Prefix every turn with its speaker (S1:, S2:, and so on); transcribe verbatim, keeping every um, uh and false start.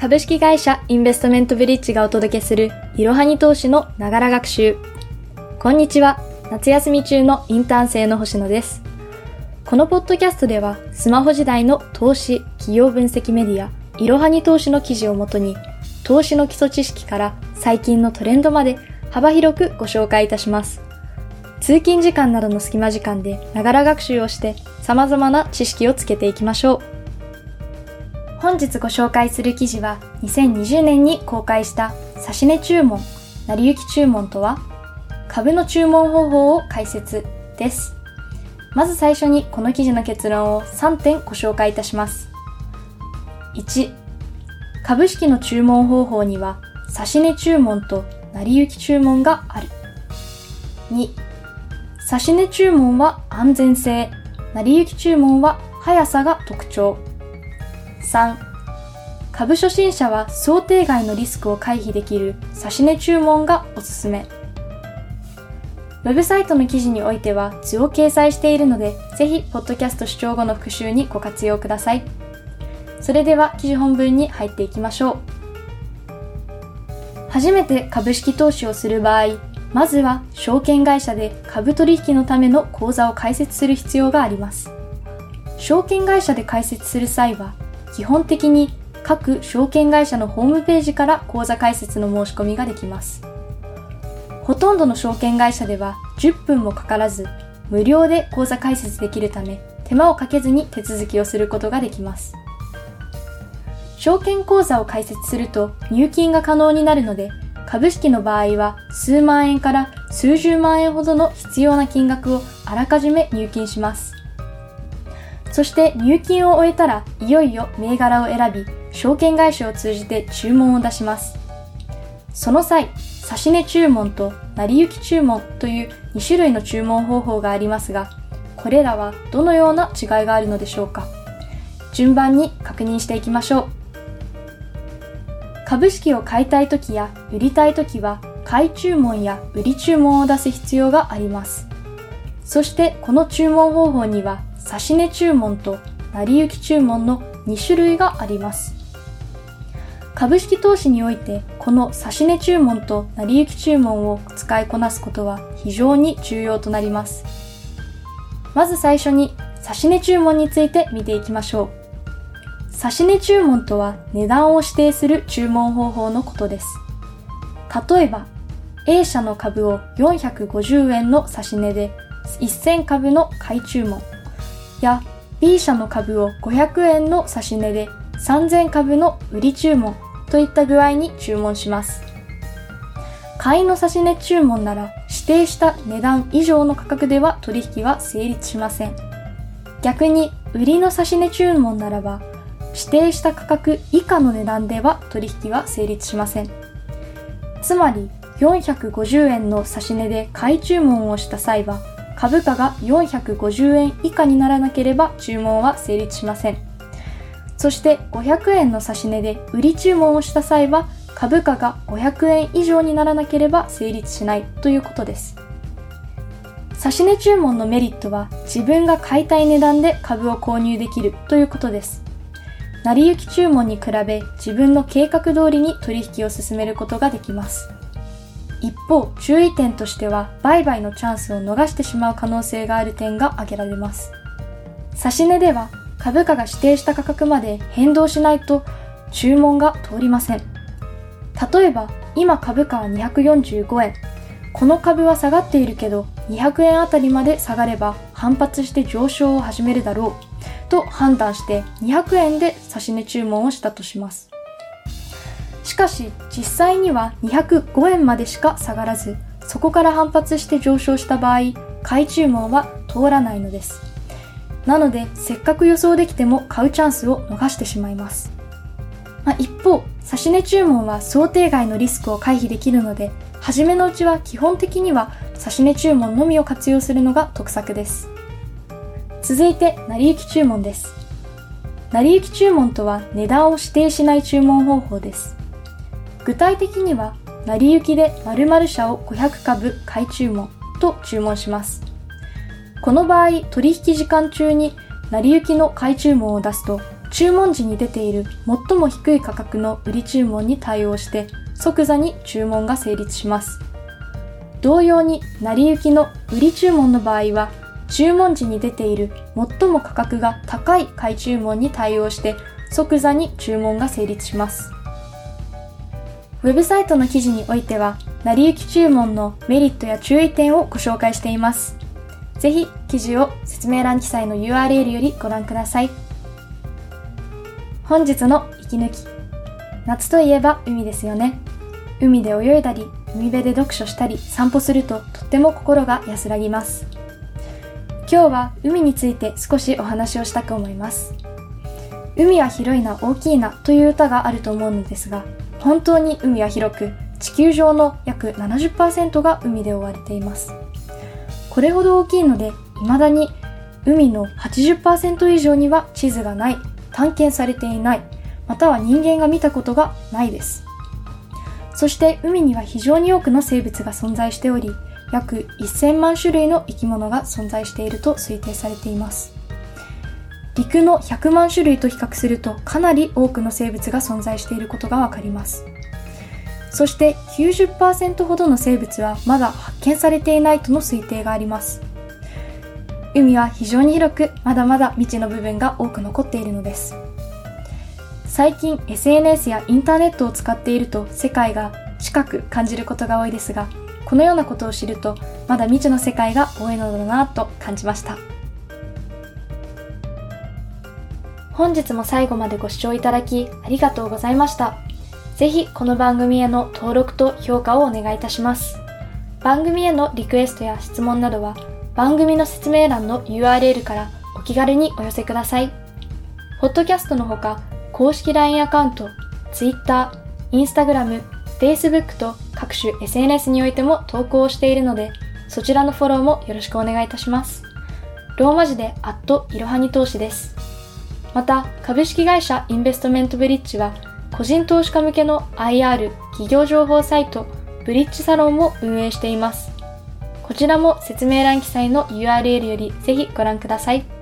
S1: 株式会社インベストメントブリッジがお届けするいろはに投資のながら学習。こんにちは。夏休み中のインターン生の星野です。このポッドキャストではスマホ時代の投資、企業分析メディアいろはに投資の記事をもとに投資の基礎知識から最近のトレンドまで幅広くご紹介いたします。通勤時間などの隙間時間でながら学習をして様々な知識をつけていきましょう。本日ご紹介する記事はにせんにじゅうねんに公開した指値注文、成り行き注文とは株の注文方法を解説です。まず最初にこの記事の結論をさんてんご紹介いたします。いち、株式の注文方法には指値注文と成り行き注文がある。に、指値注文は安全性、成り行き注文は速さが特徴。さん、株初心者は想定外のリスクを回避できる指値注文がおすすめ。ウェブサイトの記事においては図を掲載しているので、ぜひポッドキャスト視聴後の復習にご活用ください。それでは記事本文に入っていきましょう。初めて株式投資をする場合、まずは証券会社で株取引のための口座を開設する必要があります。証券会社で開設する際は、基本的に各証券会社のホームページから口座開設の申し込みができます。ほとんどの証券会社ではじゅっぷんもかからず、無料で口座開設できるため、手間をかけずに手続きをすることができます。証券口座を開設すると入金が可能になるので、株式の場合は数万円から数十万円ほどの必要な金額をあらかじめ入金します。そして入金を終えたらいよいよ銘柄を選び、証券会社を通じて注文を出します。その際、指値注文と成り行き注文というに種類の注文方法がありますが、これらはどのような違いがあるのでしょうか。順番に確認していきましょう。株式を買いたいときや売りたいときは買い注文や売り注文を出す必要があります。そしてこの注文方法には指値注文と成り行き注文のに種類があります。株式投資においてこの指値注文と成り行き注文を使いこなすことは非常に重要となります。まず最初に指値注文について見ていきましょう。指値注文とは値段を指定する注文方法のことです。例えば A 社の株をよんひゃくごじゅうえんの指値でせんかぶの買い注文や B 社の株をごひゃくえんの指値でさんぜんかぶの売り注文といった具合に注文します。買いの指値注文なら指定した値段以上の価格では取引は成立しません。逆に売りの指値注文ならば指定した価格以下の値段では取引は成立しません。つまりよんひゃくごじゅうえんの指値で買い注文をした際は株価がよんひゃくごじゅうえん以下にならなければ注文は成立しません。そしてごひゃくえんの指値で売り注文をした際は株価がごひゃくえん以上にならなければ成立しないということです。指値注文のメリットは自分が買いたい値段で株を購入できるということです。成り行き注文に比べ自分の計画通りに取引を進めることができます。一方、注意点としては売買のチャンスを逃してしまう可能性がある点が挙げられます。指値では株価が指定した価格まで変動しないと注文が通りません。例えば今株価はにひゃくよんじゅうごえん、この株は下がっているけどにひゃくえんあたりまで下がれば反発して上昇を始めるだろうと判断してにひゃくえんで指値注文をしたとします。しかし実際にはにひゃくごえんまでしか下がらず、そこから反発して上昇した場合、買い注文は通らないのです。なのでせっかく予想できても買うチャンスを逃してしまいます。まあ、一方、指値注文は想定外のリスクを回避できるので、初めのうちは基本的には指値注文のみを活用するのが得策です。続いて成り行き注文です。成り行き注文とは値段を指定しない注文方法です。具体的には成り行きで〇〇社をごひゃくかぶ買い注文と注文します。この場合、取引時間中に成り行きの買い注文を出すと注文時に出ている最も低い価格の売り注文に対応して即座に注文が成立します。同様に成り行きの売り注文の場合は注文時に出ている最も価格が高い買い注文に対応して即座に注文が成立します。ウェブサイトの記事においては成り行き注文のメリットや注意点をご紹介しています。ぜひ記事を説明欄記載の ユーアールエル よりご覧ください。本日の息抜き。夏といえば海ですよね。海で泳いだり、海辺で読書したり、散歩するととっても心が安らぎます。今日は海について少しお話をしたく思います。海は広いな大きいなという歌があると思うのですが、本当に海は広く、地球上の約 ななじゅっパーセント が海で覆われています。これほど大きいので、未だに海の はちじゅっパーセント 以上には地図がない、探検されていない、または人間が見たことがないです。そして海には非常に多くの生物が存在しており、約せんまん種類の生き物が存在していると推定されています。陸のひゃくまん種類と比較するとかなり多くの生物が存在していることがわかります。そして きゅうじゅっパーセント ほどの生物はまだ発見されていないとの推定があります。海は非常に広く、まだまだ未知の部分が多く残っているのです。最近 エスエヌエス やインターネットを使っていると世界が近く感じることが多いですが、このようなことを知るとまだ未知の世界が多いのだなと感じました。本日も最後までご視聴いただきありがとうございました。ぜひこの番組への登録と評価をお願いいたします。番組へのリクエストや質問などは番組の説明欄の ユーアールエル からお気軽にお寄せください。ポッドキャストのほか、公式 ライン アカウント、Twitter、Instagram、Facebook と各種 エスエヌエス においても投稿をしているので、そちらのフォローもよろしくお願いいたします。ローマ字でアットいろはに投資です。また、株式会社インベストメントブリッジは、個人投資家向けの アイアール 企業情報サイト、ブリッジサロンを運営しています。こちらも説明欄記載の ユーアールエル よりぜひご覧ください。